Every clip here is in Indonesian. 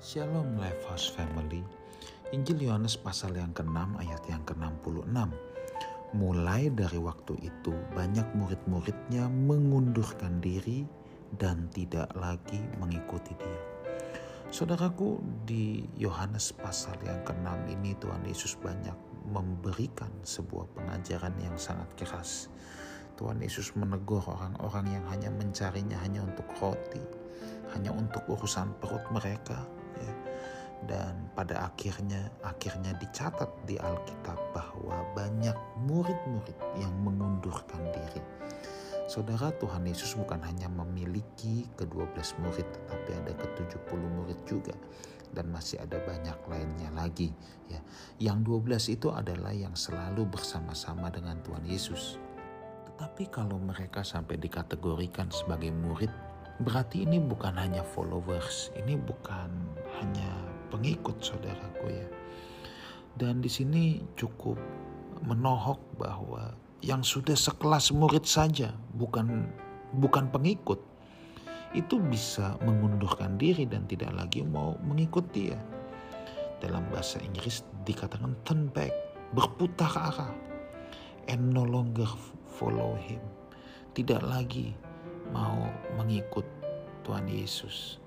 Shalom Lifehouse Family. Injil Yohanes pasal yang ke-6 ayat yang ke-66. Mulai dari waktu itu banyak murid-muridnya mengundurkan diri dan tidak lagi mengikuti dia. Saudaraku, di Yohanes pasal yang ke-6 ini Tuhan Yesus banyak memberikan sebuah pengajaran yang sangat keras. Tuhan Yesus menegur orang-orang yang hanya mencarinya hanya untuk roti, hanya untuk urusan perut mereka, ya. Dan pada akhirnya dicatat di Alkitab bahwa banyak murid-murid yang mengundurkan diri. Saudara, Tuhan Yesus bukan hanya memiliki ke-12 murid, tetapi ada ke-70 murid juga. Dan masih ada banyak lainnya lagi, ya. Yang 12 itu adalah yang selalu bersama-sama dengan Tuhan Yesus. Tetapi kalau mereka sampai dikategorikan sebagai murid, berarti ini bukan hanya followers, ini bukan hanya pengikut, saudaraku, ya. Dan di sini cukup menohok bahwa yang sudah sekelas murid saja, bukan pengikut, itu bisa mengundurkan diri dan tidak lagi mau mengikuti dia. Dalam bahasa Inggris dikatakan turn back, berputar arah, and no longer follow him, tidak lagi mau mengikut Tuhan Yesus.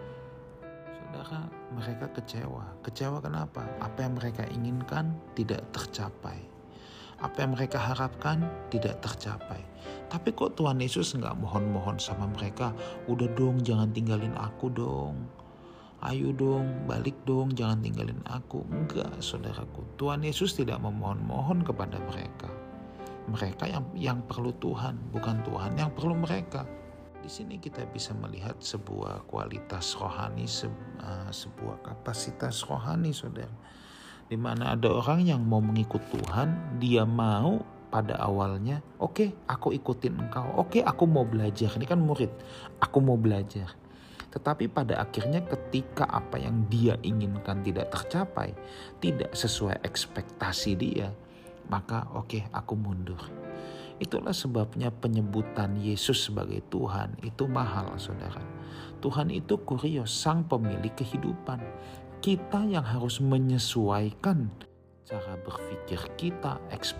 Saudara, mereka kecewa kenapa? Apa yang mereka inginkan tidak tercapai, apa yang mereka harapkan tidak tercapai. Tapi kok Tuhan Yesus gak mohon-mohon sama mereka, udah dong jangan tinggalin aku dong, ayo dong balik dong, jangan tinggalin aku. Enggak, saudaraku, Tuhan Yesus tidak memohon-mohon kepada mereka. Mereka yang perlu Tuhan, bukan Tuhan yang perlu mereka. Di sini kita bisa melihat sebuah kualitas rohani, sebuah kapasitas rohani, saudara. Di mana ada orang yang mau mengikut Tuhan, dia mau pada awalnya, oke, aku ikutin engkau, oke, aku mau belajar. Ini kan murid, aku mau belajar. Tetapi pada akhirnya ketika apa yang dia inginkan tidak tercapai, tidak sesuai ekspektasi dia, maka oke, aku mundur. Itulah sebabnya penyebutan Yesus sebagai Tuhan itu mahal, saudara. Tuhan itu Kurios, sang pemilik kehidupan. Kita yang harus menyesuaikan cara berpikir kita,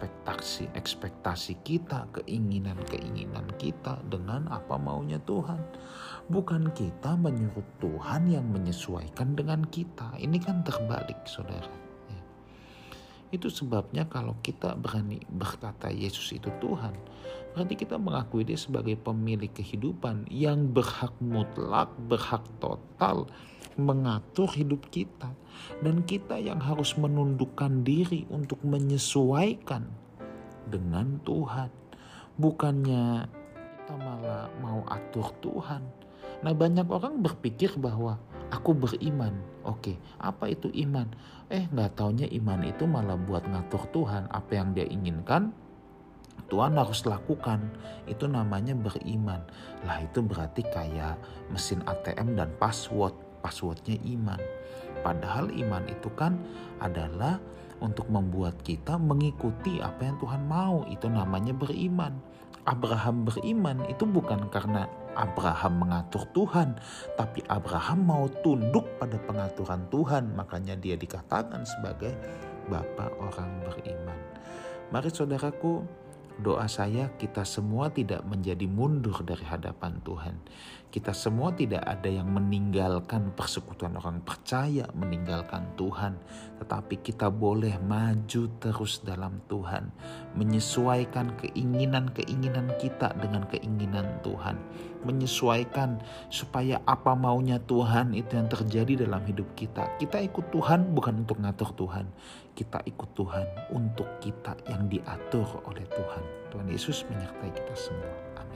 ekspektasi kita, keinginan kita dengan apa maunya Tuhan. Bukan kita menyuruh Tuhan yang menyesuaikan dengan kita. Ini kan terbalik, saudara. Itu sebabnya kalau kita berani berkata Yesus itu Tuhan, berarti kita mengakui dia sebagai pemilik kehidupan yang berhak mutlak, berhak total mengatur hidup kita. Dan kita yang harus menundukkan diri untuk menyesuaikan dengan Tuhan. Bukannya kita malah mau atur Tuhan. Nah, banyak orang berpikir bahwa aku beriman. Oke, apa itu iman? Gak taunya iman itu malah buat ngatur Tuhan. Apa yang dia inginkan, Tuhan harus lakukan. Itu namanya beriman. Lah, itu berarti kayak mesin ATM dan passwordnya iman. Padahal iman itu kan adalah untuk membuat kita mengikuti apa yang Tuhan mau. Itu namanya beriman. Abraham beriman itu bukan karena Abraham mengatur Tuhan, tapi Abraham mau tunduk pada pengaturan Tuhan, makanya dia dikatakan sebagai bapa orang beriman. Mari saudaraku, doa saya kita semua tidak menjadi mundur dari hadapan Tuhan. Kita semua tidak ada yang meninggalkan persekutuan orang percaya, meninggalkan Tuhan. Tetapi kita boleh maju terus dalam Tuhan. Menyesuaikan keinginan kita dengan keinginan Tuhan. Menyesuaikan supaya apa maunya Tuhan itu yang terjadi dalam hidup kita. Kita ikut Tuhan bukan untuk ngatur Tuhan. Kita ikut Tuhan untuk kita yang diatur oleh Tuhan. Tuhan Yesus menyertai kita semua. Amin.